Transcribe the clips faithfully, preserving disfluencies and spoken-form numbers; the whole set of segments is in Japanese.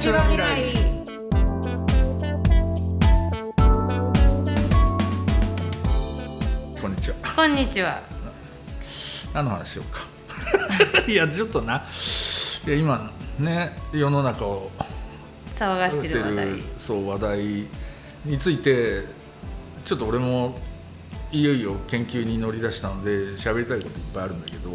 ちは未来。 こんにちは。 こんにちは。 何の話しようかいやちょっとないや今ね世の中を騒がしてる話題そう話題についてちょっと俺もいよいよ研究に乗り出したので喋りたいこといっぱいあるんだけど、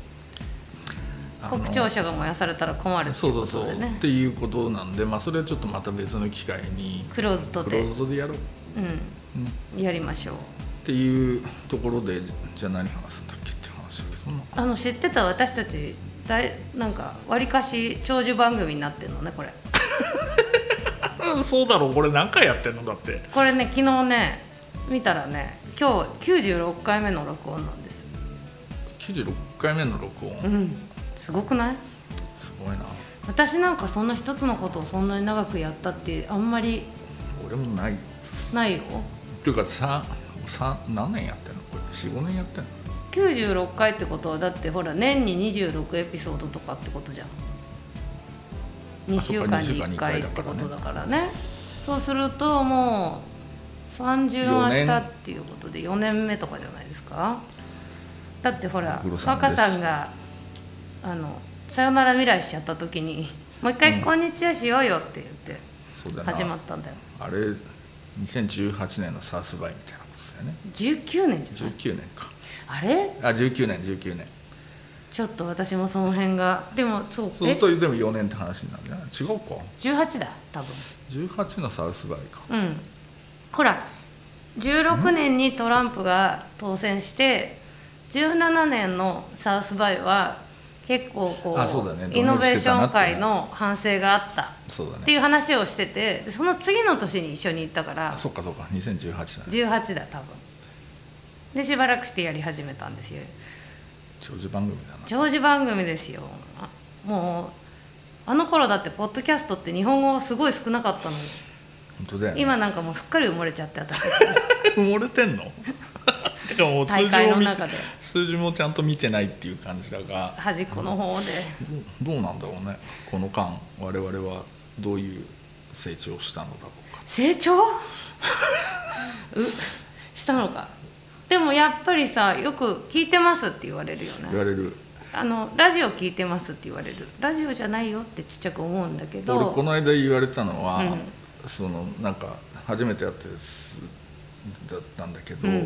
国庁舎が燃やされたら困るっていうことでね。 そうそうそうっていうことなんで、まあ、それはちょっとまた別の機会にクローズドでクローズドでやろう、 うんね、やりましょうっていうところで、じゃあ何話すんだっけって話だけどな。 あの知ってた？私たちだいなんかわりかし長寿番組になってるのねこれそうだろう、これ何回やってんのだって。 これね昨日ね見たらね今日きゅうじゅうろっかいめの録音なんです。 きゅうじゅうろっかいめの録音、 うん、すごくない？ すごいな。 私なんかそんな一つのことをそんなに長くやったってあんまり俺もないないよ。 っていうかささ何年やってんのこれ？ よん、ごねんやってんの？ きゅうじゅうろっかいってことはだってほら年ににじゅうろくエピソードとかってことじゃん。にしゅうかんにいっかいってことだからね。そうするともうさんじゅうわしたっていうことでよねんめとかじゃないですか。だってほら若さんがあのさよなら未来しちゃった時にもう一回こんにちはしようよって言って始まったんだよ、 うん、あれにせんじゅうはちねんのサウスバイみたいなことですよね。 じゅうきゅうねんじゃない？ じゅうきゅうねんか。 あれあじゅうきゅうねんじゅうきゅうねん。 ちょっと私もその辺がでもそうそうとでもよねんって話になるんじゃない？違うか。 じゅうはちだ多分。 じゅうはちのサウスバイか。 うんほらじゅうろくねんにトランプが当選してじゅうななねんのサウスバイは結構こう、 あ、そうだね、 イノベーション界の反省があったっていう話をしてて、その次の年に一緒に行ったから。 あ、そっかそっかにせんじゅうはちだ、ね、 じゅうはちだ多分でしばらくしてやり始めたんですよ。 長寿番組だな。 長寿番組ですよ。もうあの頃だってポッドキャストって日本語すごい少なかったのに。 本当だよね。 今なんかもうすっかり埋もれちゃって私埋もれてんのてかもう通常の中で数字もちゃんと見てないっていう感じだが、 端っこの方でどう、どうなんだろうねこの間我々はどういう成長をしたのだろうか。 成長うしたのか。でもやっぱりさよく聞いてますって言われるよね。 言われる。 あのラジオ聞いてますって言われる。ラジオじゃないよってちっちゃく思うんだけど、 俺この間言われたのは、 うん、 そのなんか初めてやってだったんだけど、うん、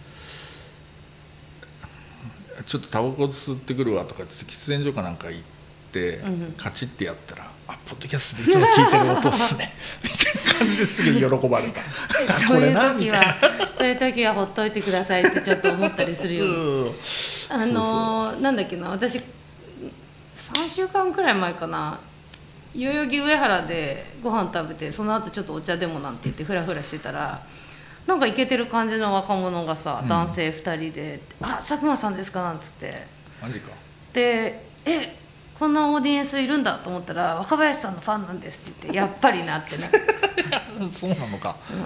ちょっとタバコ吸ってくるわとか言って喫煙所かなんか行って、うん、カチッてやったらあポッドキャストでいつも聞いてる音っすねみたいな感じですぐ喜ばれたそういう時はそういう時はほっといてくださいってちょっと思ったりするよ、うん、あのー、なんだっけな私さんしゅうかんくらい前かな代々木上原でご飯食べてその後ちょっとお茶でもなんて言ってフラフラしてたらなんかイケてる感じの若者がさ、うん、男性ふたりで「あ佐久間さんですか?」なんつってマジかで「えこんなオーディエンスいるんだ」と思ったら「若林さんのファンなんです」って言って「やっぱりな」ってなそうなのか、うん、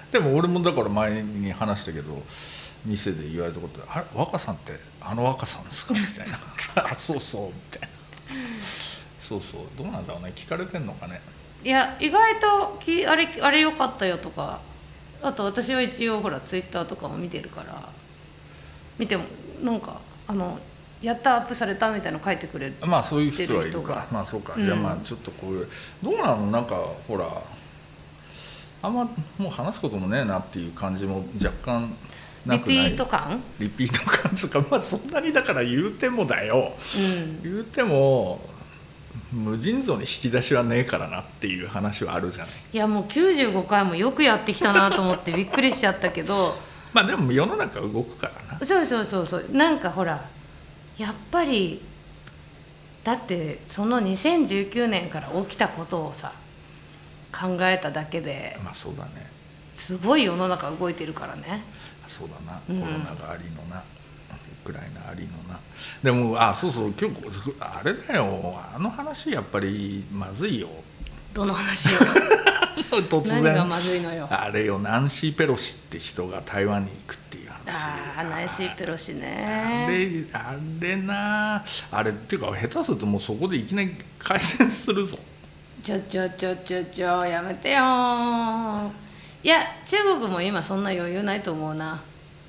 でも俺もだから前に話したけど店で言われたことで「あれ若さんってあの若さんですか?」みたいな「あそうそう」みたいなそうそうどうなんだろうね聞かれてんのかね。 いや意外ときあれあれ良かったよとかあと私は一応ほらツイッターとかも見てるから見てもなんかあのやったアップされたみたいなの書いてくれるまあそういう人はいるかまあそうか、うん、じゃあまあちょっとこういうどうなのなんかほらあんまもう話すこともねえなっていう感じも若干なくない？ リピート感リピート感つうかまあそんなにだから言うてもだよ、うん、言うても無尽蔵に引き出しはねえからなっていう話はあるじゃない。 いやもうきゅうじゅうごかいもよくやってきたなと思ってびっくりしちゃったけどまあでも世の中動くからな。 そうそうそうそうなんかほらやっぱりだってそのにせんじゅうきゅうねんから起きたことをさ考えただけでまあそうだねすごい世の中動いてるからね。 そうだな、うん、コロナがありのなウクライナありのなでもあそうそう今日あれだよあの話やっぱりまずいよ。 どの話よ突然何がまずいのよ。 あれよナンシー・ペロシって人が台湾に行くっていう話。 ああナンシー・ペロシねあれあれなあれっていうか下手するともうそこでいきなり開戦するぞちょちょちょちょちょやめてよ。いや中国も今そんな余裕ないと思うな。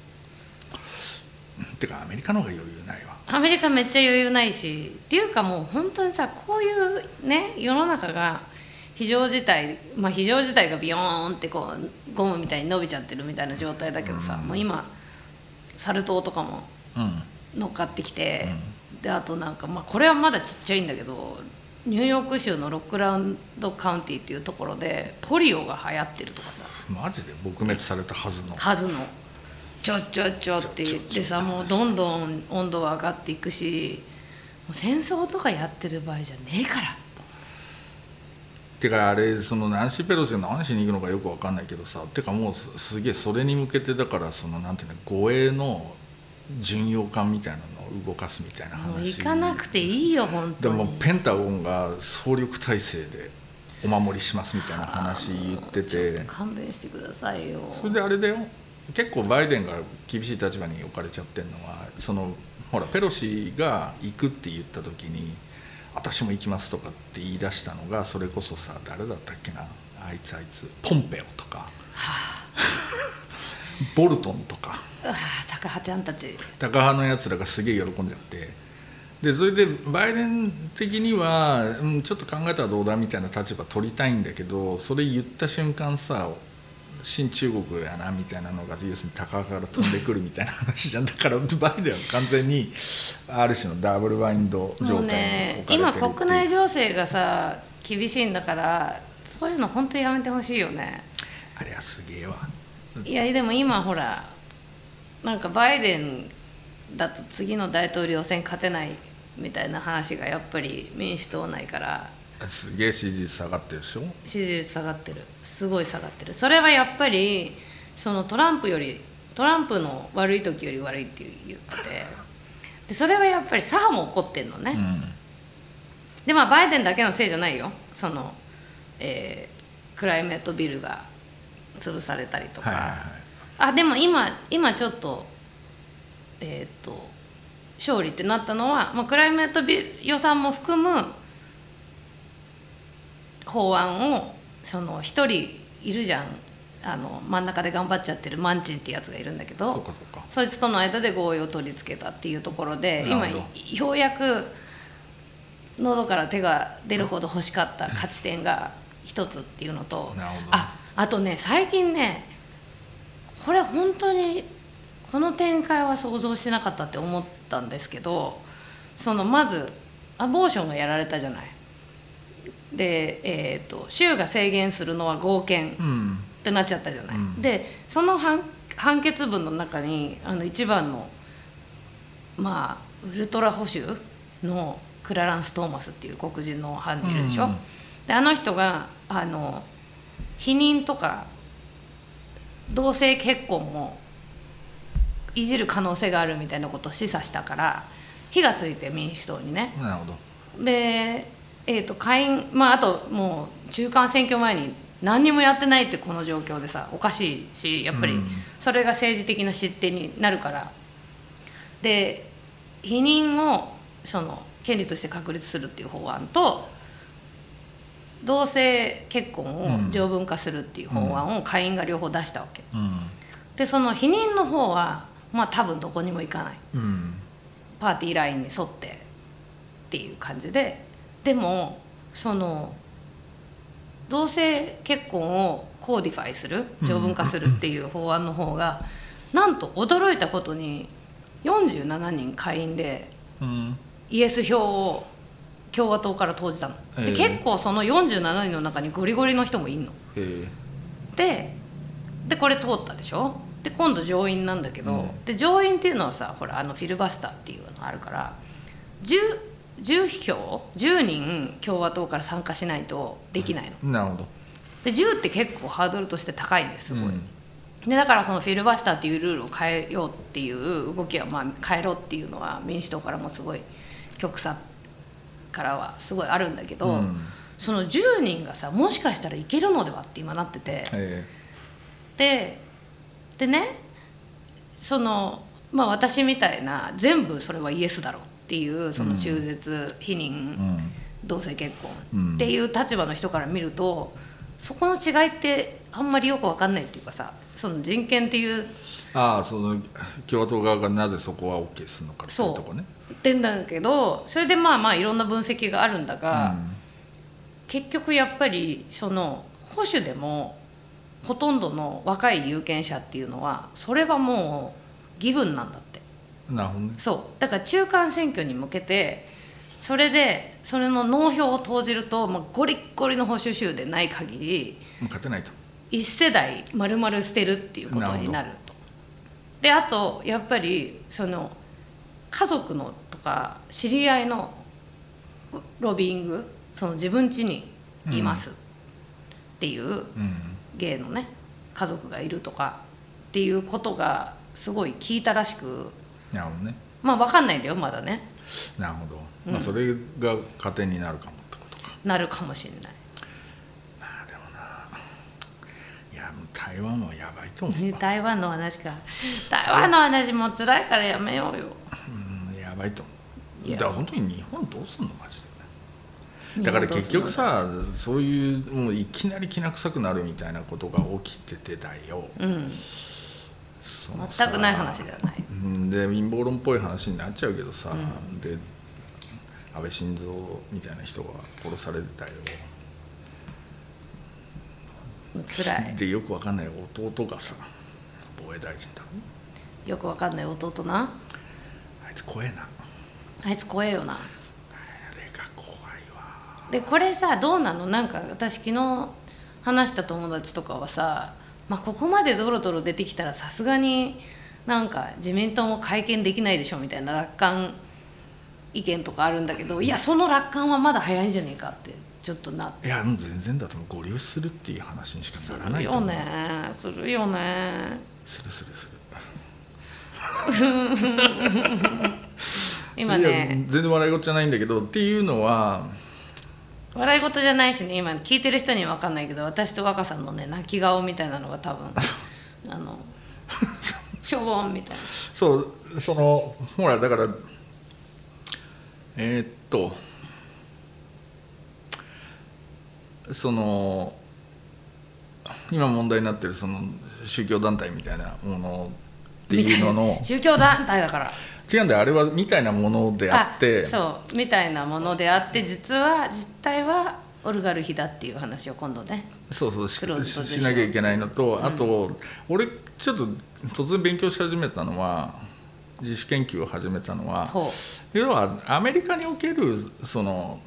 てかアメリカの方が余裕ないわ。 アメリカめっちゃ余裕ないしっていうかもう本当にさこういうね世の中が非常事態まあ非常事態がビヨーンってこうゴムみたいに伸びちゃってるみたいな状態だけどさ、うん、もう今サル痘とかも乗っかってきて、うん、であとなんかまあこれはまだちっちゃいんだけどニューヨーク州のロックラウドカウンティっていうところでポリオが流行ってるとかさ。 マジで撲滅されたはずのはずのちょちょちょって言ってさもうどんどん温度は上がっていくしもう戦争とかやってる場合じゃねえから。 てかあれそのナンシー・ペロシが何しに行くのかよく分かんないけどさてかもう す, すげえそれに向けてだからそのなんていうの護衛の巡洋艦みたいなのを動かすみたいな話。 もう行かなくていいよ本当に。 でもペンタゴンが総力体制でお守りしますみたいな話言ってて勘弁してくださいよ。 それであれだよ結構バイデンが厳しい立場に置かれちゃってるのはそのほらペロシが行くって言った時に私も行きますとかって言い出したのがそれこそさ誰だったっけなあいつあいつポンペオとか、はあ、ボルトンとかあタカハちゃんたちタカハのやつらがすげえ喜んじゃってでそれでバイデン的には、うん、ちょっと考えたらどうだみたいな立場取りたいんだけどそれ言った瞬間さ新中国やなみたいなのが要するに高から飛んでくるみたいな話じゃんだからバイデンは完全にある種のダブルワインド状態に置かれてるっていう。 今国内情勢がさ厳しいんだからそういうの本当にやめてほしいよね。 あれはすげえわ。 いやでも今ほらなんかバイデンだと次の大統領選勝てないみたいな話がやっぱり民主党内からすげえ支持率下がってるでしょ。 支持率下がってるすごい下がってる。それはやっぱりそのトランプよりトランプの悪い時より悪いって言っててでそれはやっぱり左派も怒ってんのね、うん、でまあバイデンだけのせいじゃないよその、えー、クライメートビルが潰されたりとか、はいはいはい、あでも今今ちょっとえっ、ー、と勝利ってなったのは、まあ、クライメートビル予算も含む法案をその一人いるじゃんあの真ん中で頑張っちゃってるマンチンってやつがいるんだけどそうかそうかそいつとの間で合意を取り付けたっていうところで今ようやく喉から手が出るほど欲しかった勝ち点が一つっていうのとああとね最近ねこれ本当にこの展開は想像してなかったって思ったんですけどそのまずアボーションがやられたじゃない。で、えーと、州が制限するのは合憲ってなっちゃったじゃない、うん、でその 判, 判決文の中にあの一番のまあウルトラ保守のクラランス・トーマスっていう黒人の判事いるでしょ、うん、であの人があの避妊とか同性結婚もいじる可能性があるみたいなことを示唆したから火がついて民主党にね。 なるほど。 でえー、と下院、まあ、あともう中間選挙前に何にもやってないってこの状況でさおかしいしやっぱりそれが政治的な失点になるからで避妊をその権利として確立するっていう法案と同性結婚を条文化するっていう法案を下院が両方出したわけ、うん、でその避妊の方はまあ多分どこにも行かない、うん、パーティーラインに沿ってっていう感じででもその同性結婚をコーディファイする条文化するっていう法案の方が、うん、なんと驚いたことによんじゅうななにん下院でイエス票を共和党から投じたの、うん、で結構そのよんじゅうななにんの中にゴリゴリの人もいんので, でこれ通ったでしょ。で今度上院なんだけど、うん、で上院っていうのはさほらあのフィルバスターっていうのがあるからじゅうじゅうひょうじゅうにん共和党から参加しないとできないの。 なるほど。 でじゅうって結構ハードルとして高いんですすごい、うん、でだからそのフィルバスターっていうルールを変えようっていう動きはまあ変えろっていうのは民主党からもすごい極左からはすごいあるんだけど、うん、そのじゅうにんがさもしかしたらいけるのではって今なってて、えー、ででねそのまあ私みたいな全部それはイエスだろうっていうその中絶避妊同性結婚っていう立場の人から見ると、うん、そこの違いってあんまりよく分かんないっていうかさ、その人権っていう、 ああ、その共和党側がなぜそこは OK するのかっていうとこね。 そうってんだけど、それでまあまあいろんな分析があるんだが、うん、結局やっぱりその保守でもほとんどの若い有権者っていうのはそれはもう義軍なんだって。 なるほどね。 そうだから中間選挙に向けてそれでそれの農票を投じると、まあ、ゴリッゴリの保守州でない限り勝てないと、 一世代丸々捨てるっていうことになると。であとやっぱりその家族のとか知り合いのロビーイング、その自分家にいますっていう、うん、ゲイのね家族がいるとかっていうことがすごい聞いたらしく、 なるほどね。まあ分かんないんだよまだね。 なるほど、うん、まあ、それが糧になるかもってことか。 なるかもしれない。 まあでもな、いやもう台湾はやばいと思う。 台湾の話か。台湾の話も辛いからやめようよ。 うん、やばいと思う。だから本当に日本どうすんのマジで。だから結局さ、そういうもういきなりきな臭くなるみたいなことが起きててだよ、うん、 全くない話ではない。 で陰謀論っぽい話になっちゃうけどさ、うん、で安倍晋三みたいな人が殺されてたよ。 辛い。 でよくわかんない弟がさ防衛大臣だろ。 よくわかんない弟な。 あいつ怖えな。 あいつ怖えよな。 あれが怖いわ。 でこれさどうなの、なんか私昨日話した友達とかはさ、まあ、ここまでドロドロ出てきたらさすがになんか自民党も会見できないでしょみたいな楽観意見とかあるんだけど、いやその楽観はまだ早いんじゃねえかってちょっとなって。 いやもう全然だとご了承するっていう話にしかならないと思う。 するよね、するよね。 するするする今ね全然笑い事じゃないんだけどっていうのは笑い事じゃないしね、今聞いてる人には分かんないけど私と若さんのね泣き顔みたいなのが多分あのしょぼんみたいな。 そうそのほらだからえー、っとその今問題になってるその宗教団体みたいなものっていうのの宗教団体だから違うんだよ、あれはみたいなものであって、 あそうみたいなものであって実は実態はオルガルヒだっていう話を今度ねそうそう し, しなきゃいけないのと、うん、あと俺ちょっと突然勉強し始めたのは自主研究を始めたのは要はアメリカにおけるその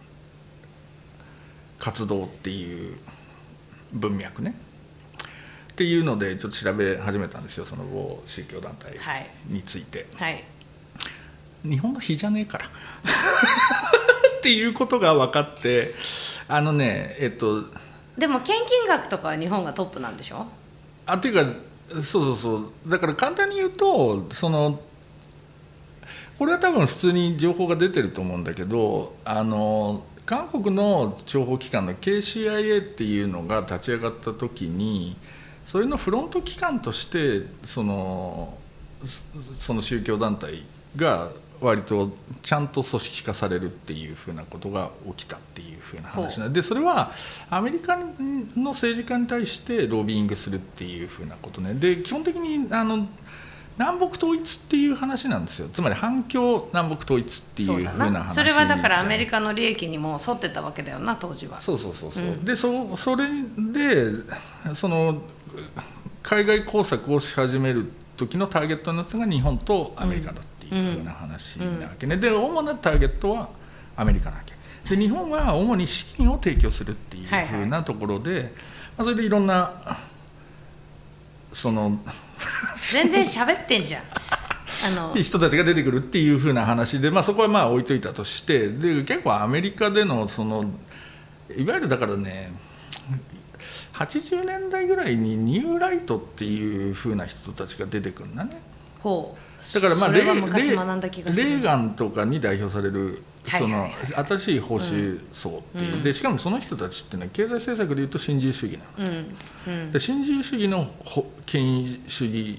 活動っていう文脈ねっていうのでちょっと調べ始めたんですよ、その某宗教団体について、 はいはい、 日本の比じゃねえからっていうことが分かって、あのねえっとでも献金額とかは日本がトップなんでしょ。 あっていうかそうそうそうだから簡単に言うとそのこれは多分普通に情報が出てると思うんだけど、あの韓国の諜報機関の ケーシーアイエー っていうのが立ち上がった時にそれのフロント機関としてそのその宗教団体が割とちゃんと組織化されるっていうふうなことが起きたっていうふうな話なんで、それはアメリカの政治家に対してロビーイングするっていうふうなことね。で基本的にあの南北統一っていう話なんですよ。つまり反共南北統一っていうふうな話。 それはだからアメリカの利益にも沿ってたわけだよな当時は。 そうそうそうそう、うん、で そ, それでその海外工作をし始める時のターゲットのやつが日本とアメリカだっていうふうな話なわけね、うんうん、で主なターゲットはアメリカなわけで、日本は主に資金を提供するっていうふうなところで、はいはい、まあ、それでいろんなその全然喋ってんじゃんあの人たちが出てくるっていうふうな話で、まあ、そこはまあ置いといたとして、で結構アメリカでのそのいわゆるだからねはちじゅうねんだいぐらいにニューライトっていうふうな人たちが出てくるんだね。 ほうだからまあレーガンとかに代表されるその新しい保守層っていう、うん、でしかもその人たちっていうのは経済政策でいうと新自由主義なの、うんうん、で新自由主義の権威主義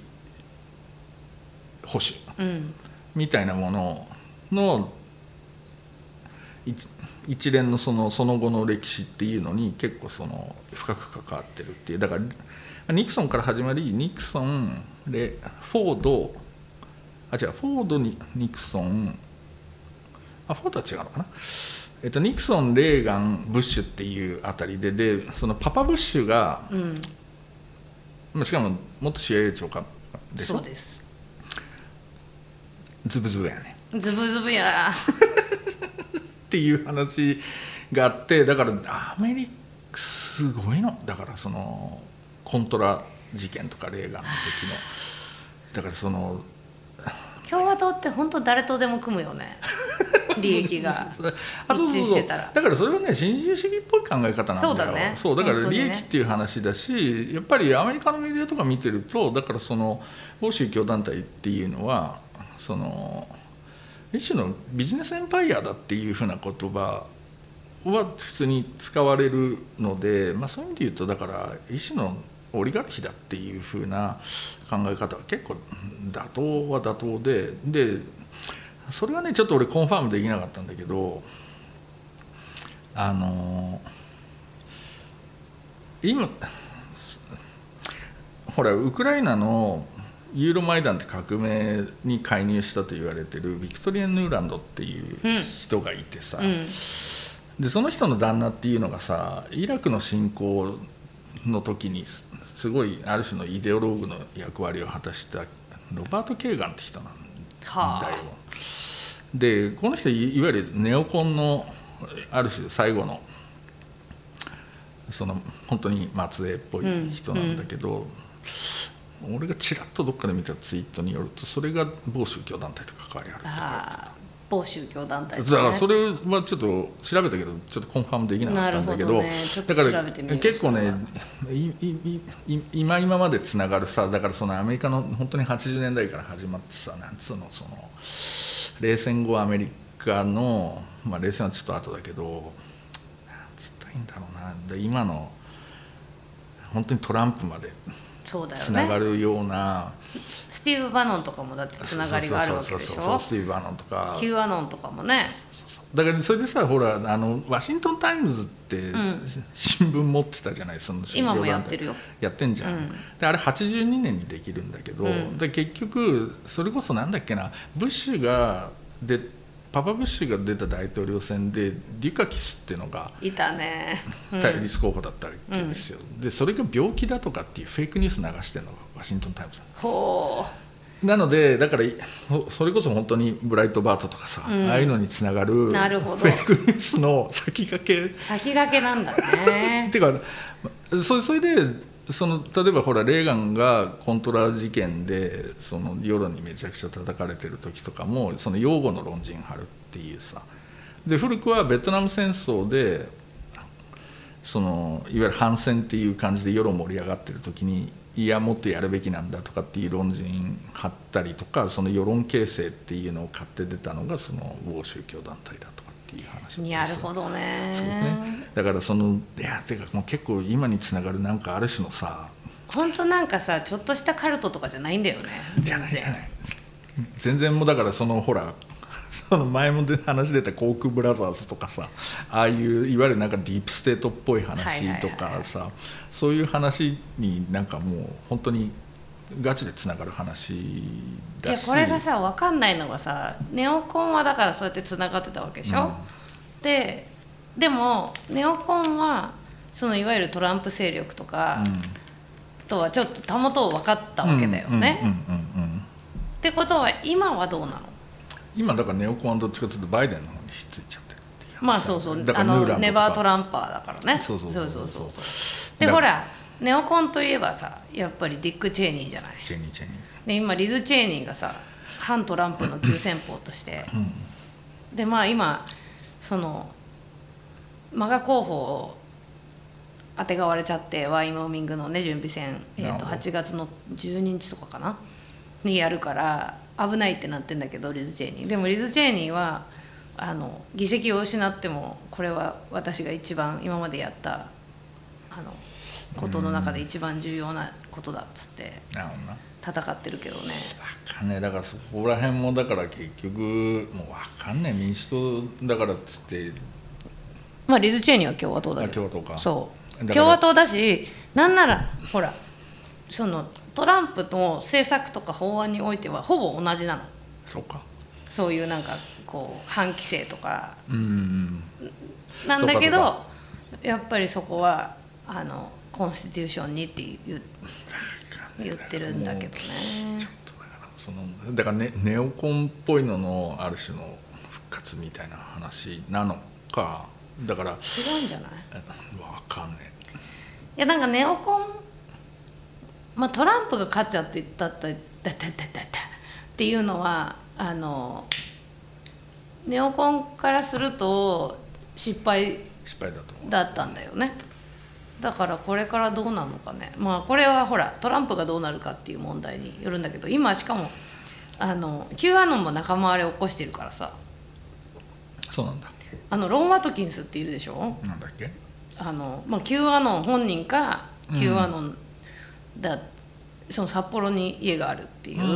保守、うん、みたいなものの一, 一連の そ, のその後の歴史っていうのに結構その深く関わってるっていう。だからニクソンから始まり、ニクソンレフォードあ違うフォードにニクソンあフォードは違うのかな、えっと、ニクソンレーガンブッシュっていうあたりで、でそのパパブッシュが、うん、しかも元 シーアイエー 長官でしょ。 そうです。 ズブズブやねズブズブやっていう話があって、だからアメリカすごいのだから、そのコントラ事件とかレーガンの時の、だからその共和党って本当誰とでも組むよね利益が一致してたら。 だからそれはね、新自由主義っぽい考え方なんだよ。 そうだね。 そうだから利益っていう話だし、やっぱりアメリカのメディアとか見てると、だからその某宗教団体っていうのはその一種のビジネスエンパイアだっていうふうな言葉は普通に使われるので、まあ、そういう意味で言うと、だから一種のオリガルヒだっていうふうな考え方は結構妥当は妥当で、でそれはねちょっと俺コンファームできなかったんだけど、あの今ほらウクライナのユーロマイダンって革命に介入したと言われてるビクトリア・ヌーランドっていう人がいてさ、うんうん、でその人の旦那っていうのがさ、イラクの侵攻の時にすごいある種のイデオローグの役割を果たしたロバート・ケーガンって人なんだよ、はあ、でこの人いわゆるネオコンのある種最後のその本当に末裔っぽい人なんだけど、うんうん、俺がちらっとどっかで見たツイートによると、それが某宗教団体と関わりあるって書いてた。 某宗教団体、ね、 だからそれはちょっと調べたけどちょっとコンファームできなかったんだけど、 ね、 だから結構ねいいい今今までつながるさ、だからそのアメリカの本当にはちじゅうねんだいから始まってさ、なんつうのその冷戦後アメリカの、まあ、冷戦はちょっと後だけど、なんつったらいいんだろうな、で今の本当にトランプまでつながるような、 スティーブ・バノンとかもだってつながりがあるわけでしょ。そうそうそうそう、 スティーブ・バノンとか Q アノンとかもね。 だからそれでさ、ほらあのワシントン・タイムズって新聞持ってたじゃない、その今もやってるよ、 やってんじゃん、うん、であれはちじゅうにねんにできるんだけど、うん、で結局それこそなんだっけな、ブッシュがでパパブッシュが出た大統領選でデュカキスっていうのがいたね、 うん、対立候補だったわけですよ、うん、でそれが病気だとかっていうフェイクニュース流してるのがワシントン・タイムズ。 ほう。 なのでだからそれこそ本当にブライトバートとかさ、うん、ああいうのにつながるなるほどフェイクニュースの先駆け先駆けなんだねてかそれ、それでその例えばほらレーガンがコントラ事件でその世論にめちゃくちゃ叩かれてる時とかも、その擁護の論陣張るっていうさ、で古くはベトナム戦争でそのいわゆる反戦っていう感じで世論盛り上がってる時に、いやもっとやるべきなんだとかっていう論陣張ったりとか、その世論形成っていうのを買って出たのがその某宗教団体だとかっていう話です。 なるほどね。 そうね。だからそのいやてかもう結構今につながるなんかある種のさ、 本当なんかさちょっとしたカルトとかじゃないんだよね。 じゃないじゃない。全然もうだからそのほら。その前も話出たコークブラザーズとかさ、ああいういわゆるなんかディープステートっぽい話とかさ、そういう話になんかもう本当にガチでつながる話だし、 いやこれがさ分かんないのがさ、ネオコンはだからそうやってつながってたわけでしょ、うん、ででもネオコンはそのいわゆるトランプ勢力とか、うん、とはちょっとたもとを分かったわけだよね。ってことは今はどうなの？ 今だからネオコンはどっちかというとバイデンの方にひっついちゃってるっていう。 まあそうそう、あのネバートランパーだからね。 そうそうそうそうそう。 でほらネオコンといえばさ、やっぱりディック・チェイニーじゃない。 チェイニーチェイニー。 で今リズ・チェイニーがさ反トランプの急先鋒として、うん、でまあ今そのマガ候補を当てがわれちゃって、ワインオーミングのね準備戦、えー、とはちがつのじゅうににちとかかなにやるから危ないってなってんだけど、リズ・チェイニーでもリズ・チェイニーはあの議席を失ってもこれは私が一番今までやったあのことの中で一番重要なことだっつってなるほどな戦ってるけどね。 分かんねえだからそこら辺もだから結局もう分かんねえ民主党だからっつってまあリズ・チェイニーは共和党だよ。 共和党かそう共和党だしなんならほらそのトランプの政策とか法案においてはほぼ同じなの。 そうかそういうなんかこう反規制とかうんなんだけどそうかやっぱりそこはあのコンスティテューションにって言う言ってるんだけどね。 ちょっとだからそのだからねネオコンっぽいののある種の復活みたいな話なのかだから違うんじゃない？ わかんねえ。 いやなんかネオコン、まあ、トランプが勝っちゃってだっただっただったっていうのはあのネオコンからすると失敗失敗だと思うだったんだよね。だからこれからどうなるのかね。まあこれはほらトランプがどうなるかっていう問題によるんだけど今しかもあの Q アノンも仲間割れ起こしてるからさ。 そうなんだ。 あのロン・ワトキンスっているでしょ。 なんだっけあの、まあ、Q アノン本人か Q アノンだ、うん、その札幌に家があるっていう、うん、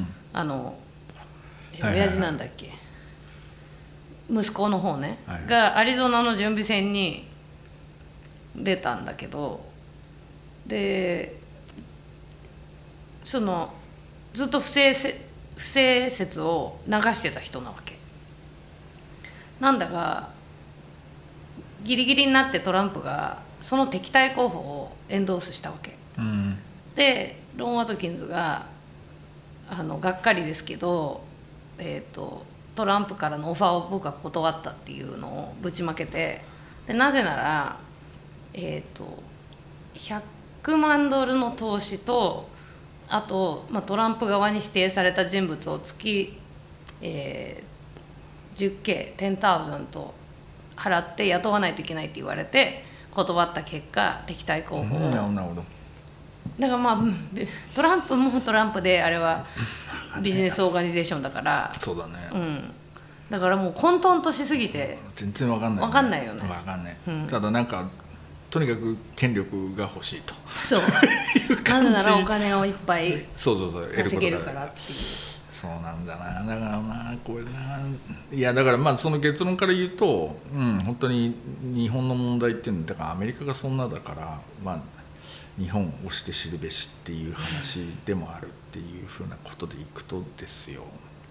あの親父なんだっけ、息子の方ね、はいはい、がアリゾナの準備選に出たんだけどでそのずっと不正せ不正説を流してた人なわけなんだがギリギリになってトランプがその敵対候補をエンドースしたわけ、うん、でロン・ワトキンズがあのがっかりですけど、えーと、トランプからのオファーを僕は断ったっていうのをぶちまけてでなぜなら、えーと、ひゃくまんドルの投資とあと、まあ、トランプ側に指定された人物を月、えー、じゅっケー、じゅうさんぜろと払って雇わないといけないって言われて断った結果敵対候補を、うん、なるほどだからまあトランプもトランプであれはビジネスオーガニゼーションだからそうだね、 うん、だからもう混沌としすぎて全然わかんない、ね、 わかんないよねわかんない、うん、ただなんかとにかく権力が欲しいとそうなぜならお金をいっぱい稼げるからっていうそうなんだなだからまあこれないやだからまあその結論から言うと、うん、本当に日本の問題っていうのだからアメリカがそんなだからまあ日本を押して知るべしっていう話でもあるっていうふうなことでいくとですよ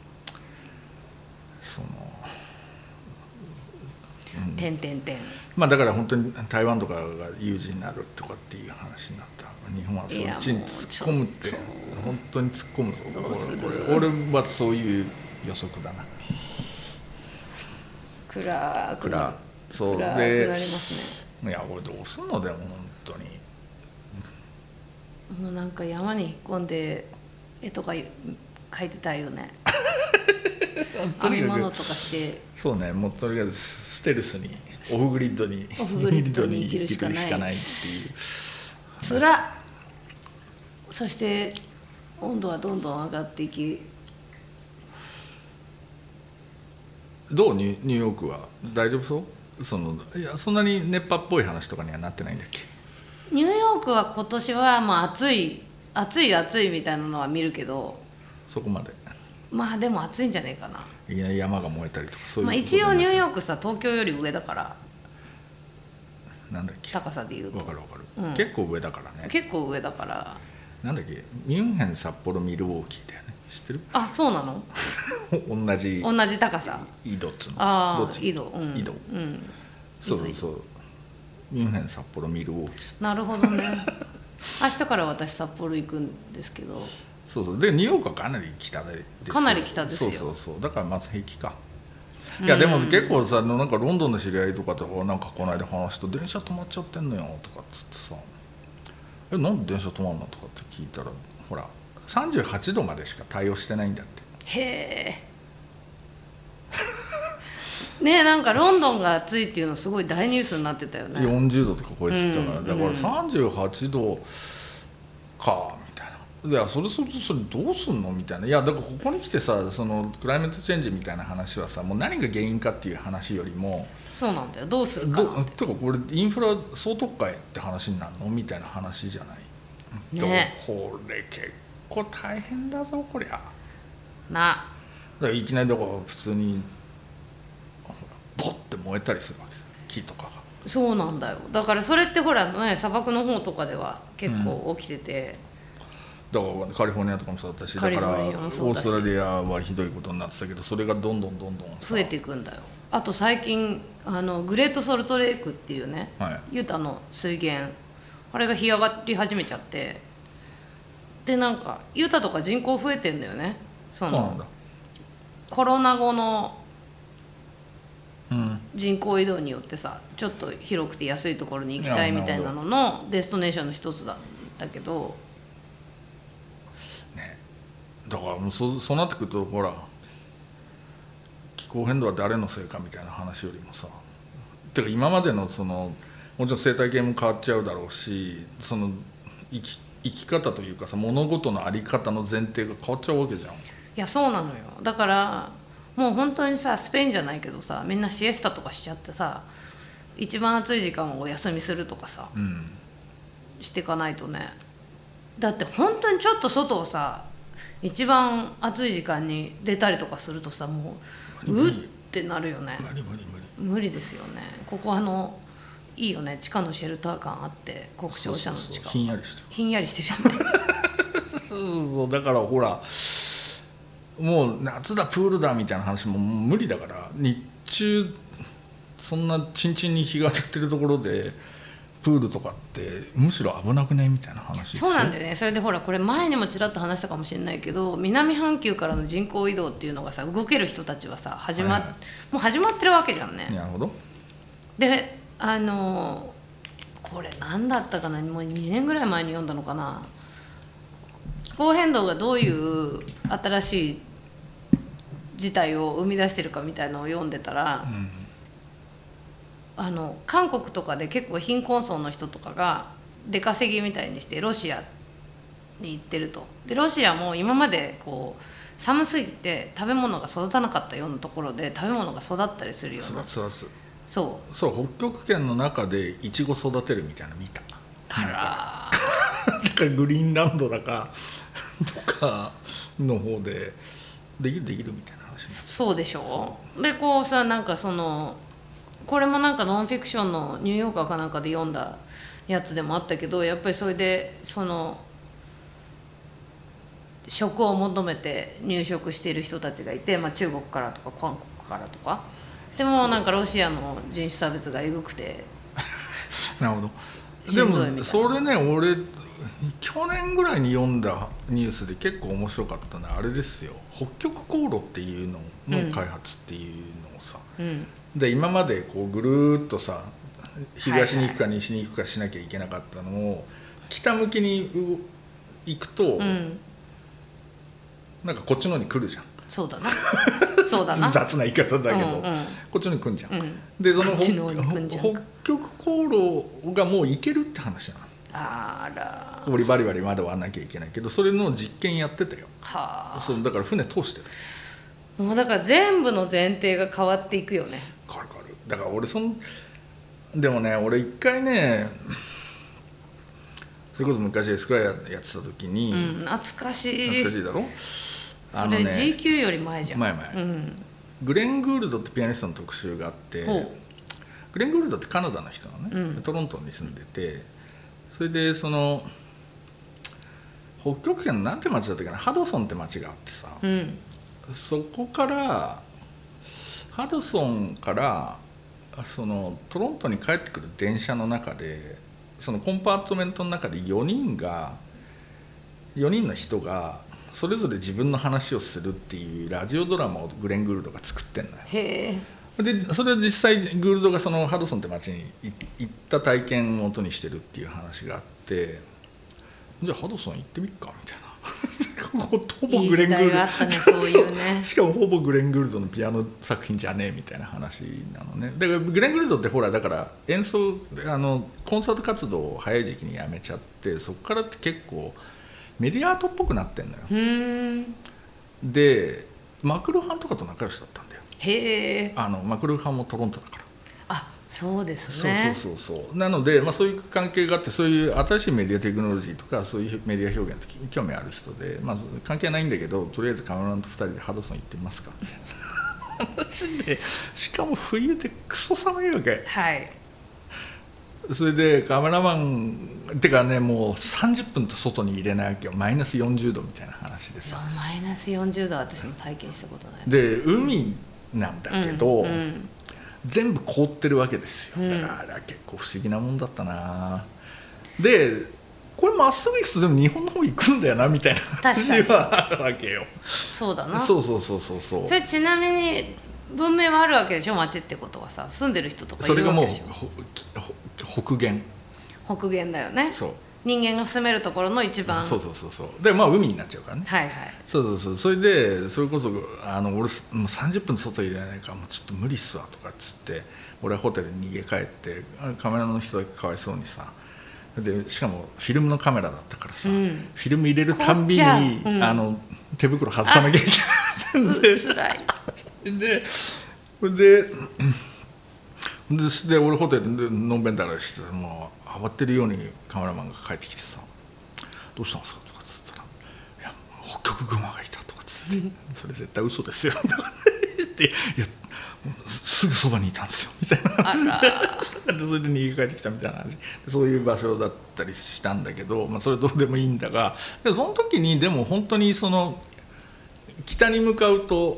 その点点点まあだから本当に台湾とかが有事になるとかっていう話になった日本はそっちに突っ込むって本当に突っ込むぞどうする俺はそういう予測だな暗くなるそう暗くなりますねいやこれどうすんのでも本当にもうなんか山に引っ込んで絵とか描いてたいよね編み物とかしてそうねもうとりあえずステルスにオフグリッドにオフグリッドに生きるしかないっていうつらっそして温度はどんどん上がっていきどうニューヨークは大丈夫そうそのいやそんなに熱波っぽい話とかにはなってないんだっけニューヨークは今年はまあ暑い暑い暑いみたいなのは見るけどそこまでまあでも暑いんじゃねえかないきなり山が燃えたりとかそういうまあ、一応ニューヨークさ東京より上だからなんだっけ高さでいうと分かる分かる、うん、結構上だからね結構上だからなんだっけミュンヘン札幌ミルウォーキーだよね知ってるあそうなの同じ同じ高さ緯度っつうのああ緯度緯度、うん、そうそうそうミュンヘン札幌ミルウォーキーなるほどね明日から私札幌行くんですけどそうそうでニューヨークはかなり北でかなり北ですよそうそうそうだからまず平気かいやでも結構さなんかロンドンの知り合いとかとなんかこの間話すと電車止まっちゃってんのよとかっつってさえなんで電車止まんのとかって聞いたらほらさんじゅうはちどまでしか対応してないんだってへえねえなんかロンドンが暑いっていうのすごい大ニュースになってたよねよんじゅうどとか超えてたから、うん、だからさんじゅうはちどかみたいないやそれそれそれどうすんのみたいな。いやだからここに来てさ、そのクライメートチェンジみたいな話はさ、もう何が原因かっていう話よりも、 そうなんだよ、どうするかなてかこれインフラ総特会って話になるのみたいな話じゃない、 ね、 これ結構大変だぞこりゃな。 だからいきなりだから普通にボッて燃えたりするわけです、木とかが。 そうなんだよ。だからそれってほらね、砂漠の方とかでは結構起きてて、 うん、だからカリフォルニアとかもそうだったし、だからオーストラリアはひどいことになってたけど、それがどんどんどんどん増えていくんだよ。あと最近あのグレートソルトレイクっていうね、はい、ユタの水源、あれが干上がり始めちゃって、でなんかユタとか人口増えてんだよね。そのそうなんだ。コロナ後の人口移動によってさ、ちょっと広くて安いところに行きたいみたいなののデスティネーションの一つなんだけど、 ね、だからもう そ, そうなってくるとほら、気候変動は誰のせいかみたいな話よりもさ、てか今までのそのもちろん生態系も変わっちゃうだろうし、その生き生き方というかさ、物事の在り方の前提が変わっちゃうわけじゃん。いやそうなのよ。だからもう本当にさ、スペインじゃないけどさ、みんなシエスタとかしちゃってさ、一番暑い時間をお休みするとかさ、うん、していかないとね。だって本当にちょっと外をさ、一番暑い時間に出たりとかするとさ、もううってなるよね。 無理無理無理無理ですよね。ここあのいいよね、地下のシェルター感あって、国庁舎の地下、そうそうそう、 ひんやりしてるひんやりしてるよねそうだからほら、もう夏だプールだみたいな話も無理だから、日中そんなチンチンに日が当たってるところでプールとかってむしろ危なくねみたいな話でしょ。 そうなんだよね。それでほら、これ前にもちらっと話したかもしれないけど、南半球からの人口移動っていうのがさ、動ける人たちはさ始ま、はいはい、もう始まってるわけじゃんね。 なるほど。 であのこれ何だったかな、もうにねんぐらい前に読んだのかな、気候変動がどういう新しい事態を生み出してるかみたいなのを読んでたら、うん、あの韓国とかで結構貧困層の人とかが出稼ぎみたいにしてロシアに行ってると。でロシアも今までこう寒すぎて食べ物が育たなかったようなところで食べ物が育ったりするような。 育つ育つ。 そうそう北極圏の中でイチゴ育てるみたいなの見た。 あらだからグリーンランドだかとかの方でできるできるみたいな話。 そうでしょう。でこうさ、なんかそのこれもなんかノンフィクションのニューヨーカーかなんかで読んだやつでもあったけど、やっぱりそれでその職を求めて入植している人たちがいて、まあ、中国からとか韓国からとか。でもなんかロシアの人種差別がえぐくてなるほど。でもそれね、俺去年ぐらいに読んだニュースで結構面白かったのはあれですよ、北極航路っていうのの開発っていうのをさ、うん、で今までこうぐるーっとさ、東に行くか西に行くかしなきゃいけなかったのを北向きに行くと、うん、なんかこっちの方に来るじゃん。 そうだなそうだな雑な言い方だけど、うんうん、こっちに来んじゃん、うん、でその北極航路がもう行けるって話なの。 あら氷バリバリまで割らなきゃいけないけど、それの実験やってたよ。はあ、そうだから船通してた。もうだから全部の前提が変わっていくよね。 変わる変わる。だから俺そのでもね、俺一回ね、それこそ昔エスクワイアやってた時に、 うん、懐かしい懐かしいだろ。 それ ジーキュー より前じゃん。 前前、うん、グレン・グールドってピアニストの特集があって、グレン・グールドってカナダの人なのね、うん、トロントに住んでて、それでその北極圏のなんて町だったかな、ハドソンって町があってさ、うん、そこからハドソンからそのトロントに帰ってくる電車の中で、そのコンパートメントの中でよにんがよにんの人がそれぞれ自分の話をするっていうラジオドラマをグレン・グールドが作ってんのよ。へー。でそれは実際グールドがそのハドソンって町に行った体験を元にしてるっていう話があって、じゃあハドソン行ってみっかみたいなほぼグレン・グールド、いい時代があったね、そういうねしかもほぼグレン・グールドのピアノ作品じゃねえみたいな話なのね。だからグレン・グールドってほら、だから演奏あのコンサート活動を早い時期にやめちゃって、そこからって結構メディアアートっぽくなってんのよ。 うーん。 でマクルーハンとかと仲良しだったんだよ。 へえ。 あのマクルーハンもトロントだから。 あ、そうですね。 そうそうそうそう。なので、まあ、そういう関係があって、そういう新しいメディアテクノロジーとかそういうメディア表現って興味ある人で、まあ、関係ないんだけどとりあえずカメラマンとふたりでハドソン行ってみますかみたいな話で、しかも冬でクソ寒いわけ。 はい。 それでカメラマンってかね、もうさんじゅっぷんと外に入れないわけよ。マイナスよんじゅうどみたいな話でさ。 マイナスよんじゅうどは私も体験したことない。 で海なんだけど、 うんうん、 全部凍ってるわけですよ。だからあれは結構不思議なもんだったな。でこれまっすぐ行くとでも日本の方行くんだよなみたいな感じはあるわけよ。 そうだな。 そうそうそうそうそう。 それちなみに文明はあるわけでしょ、町ってことはさ、住んでる人とかいるわけでしょ。それがもう北限。 北限だよね。 そう。 人間が住めるところの一番。 そうそうそうそう。でまあ海になっちゃうからね。 はいはい。 そうそうそう。それでそれこそあの俺もうさんじゅっぷん外入れないからもうちょっと無理っすわとかっつって俺はホテルに逃げ帰ってカメラの人だけかわいそうにさ。でしかもフィルムのカメラだったからさ、うん、フィルム入れるたんびに、うん、あの手袋外さなきゃいけないんでつらいででで俺ホテルでのんべんだらしてもう慌てるようにカメラマンが帰ってきてさ「どうしたんですか?」とかっつったら「いや北極熊がいた」とかっつって「それ絶対嘘ですよ」って「いやすぐそばにいたんですよ」みたいな話でそれで逃げ帰ってきたみたいな話で、そういう場所だったりしたんだけど、まあ、それどうでもいいんだが、でその時にでも本当にその北に向かうと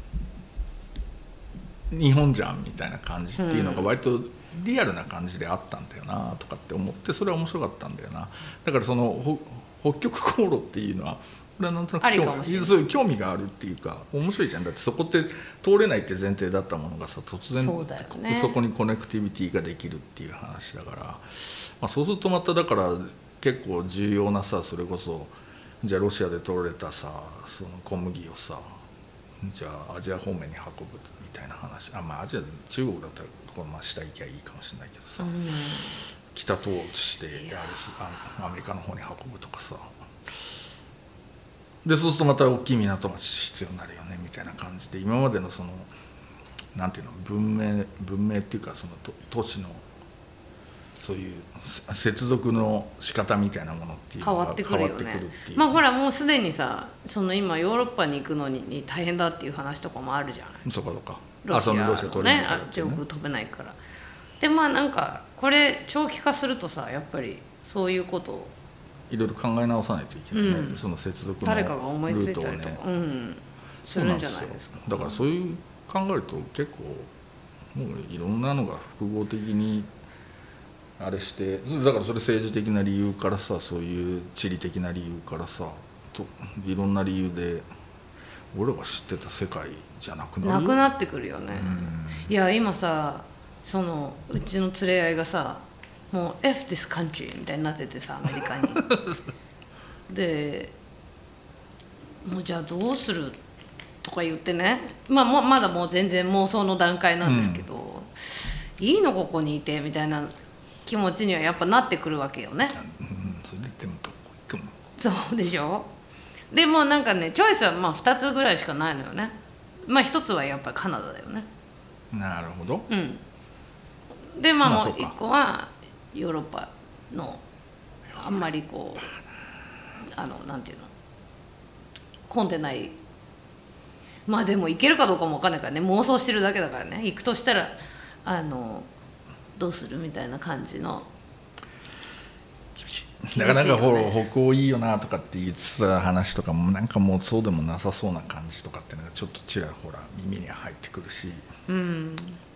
日本じゃんみたいな感じっていうのが割とリアルな感じであったんだよなとかって思って、それは面白かったんだよな。だからその北極航路っていうのはこれはなんとなく 興, そういう興味があるっていうか面白いじゃん。だってそこって通れないって前提だったものがさ突然 そ,、ね、そこにコネクティビティができるっていう話だから、まあ、そうするとまただから結構重要なさ、それこそじゃあロシアで取れたさその小麦をさじゃあアジア方面に運ぶみたいな話、あ、まあアジア中国だったらこのまあ下行きゃいいかもしれないけどさ、うん、北通してあれすあアメリカの方に運ぶとかさ、でそうするとまた大きい港町必要になるよねみたいな感じで、今までのそのなんていうの文明文明っていうかその都市のそういう接続の仕方みたいなものっていうのが変わってくるよね。まあほらもうすでにさその今ヨーロッパに行くのに大変だっていう話とかもあるじゃない。 そうかそうか。 ロシアのね上空飛べないから。でまあなんかこれ長期化するとさやっぱりそういうことをいろいろ考え直さないといけないね、うん、その接続のルートをね。誰かが思いついたりとか、うん、するんじゃないですか。 すだからそういう考えると結構もういろんなのが複合的にあれして、だからそれ政治的な理由からさそういう地理的な理由からさといろんな理由で俺が知ってた世界じゃなくなるなくなってくるよね、うん、いや今さそのうちの連れ合いがさもう F this country みたいになっててさアメリカにでもうじゃあどうするとか言ってね、まあ、もまだもう全然妄想の段階なんですけど、うん、いいのここにいてみたいな気持ちにはやっぱなってくるわけよね、 うん、それででもどこ行くの。 そうでしょ。でもなんかねチョイスはまあふたつぐらいしかないのよね。まあひとつはやっぱりカナダだよね。 なるほど。 うんでまあもういっこはヨーロッパのあんまりこうあのなんていうの混んでない、まあでも行けるかどうかも分かんないからね妄想してるだけだからね。行くとしたらあのどうするみたいな感じの厳しい、なかなかほら北欧いいよなとかって言ってた話とかもなんかもうそうでもなさそうな感じとかっていうのがちょっとちらほら耳に入ってくるし、うん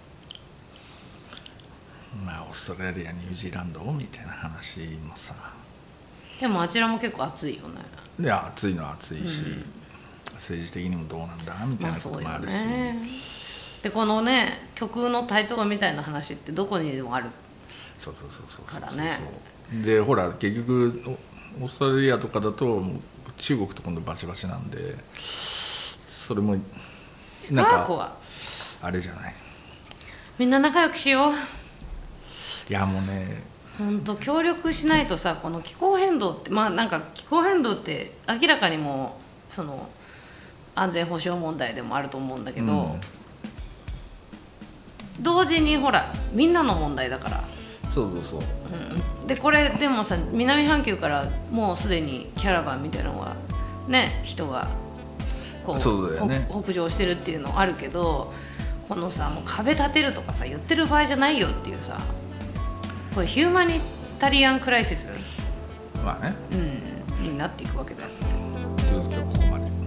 まあオーストラリアニュージーランドみたいな話もさ、 でもあちらも結構暑いよね。 いや暑いのは暑いし、うん、政治的にもどうなんだみたいなこともあるし、まあそうよね。 でこのね極右の台頭みたいな話ってどこにでもあるからね。 でほら結局オーストラリアとかだと中国と今度バチバチなんで、それもなんかあれじゃない、 みんな仲良くしよう。 いやもうね本当協力しないとさ、この気候変動って、まあなんか気候変動って明らかにもうその安全保障問題でもあると思うんだけど、うん、同時にほらみんなの問題だから。 そうそうそう、 うん、でこれでもさ、南半球からもうすでにキャラバンみたいなのがね、人がこうそうだよね、 北上してるっていうのあるけど、このさもう壁立てるとかさ言ってる場合じゃないよっていうさ、これヒューマニタリアンクライシス、 まあね、 うん、になっていくわけだよ。 気をつけよう、ここまで。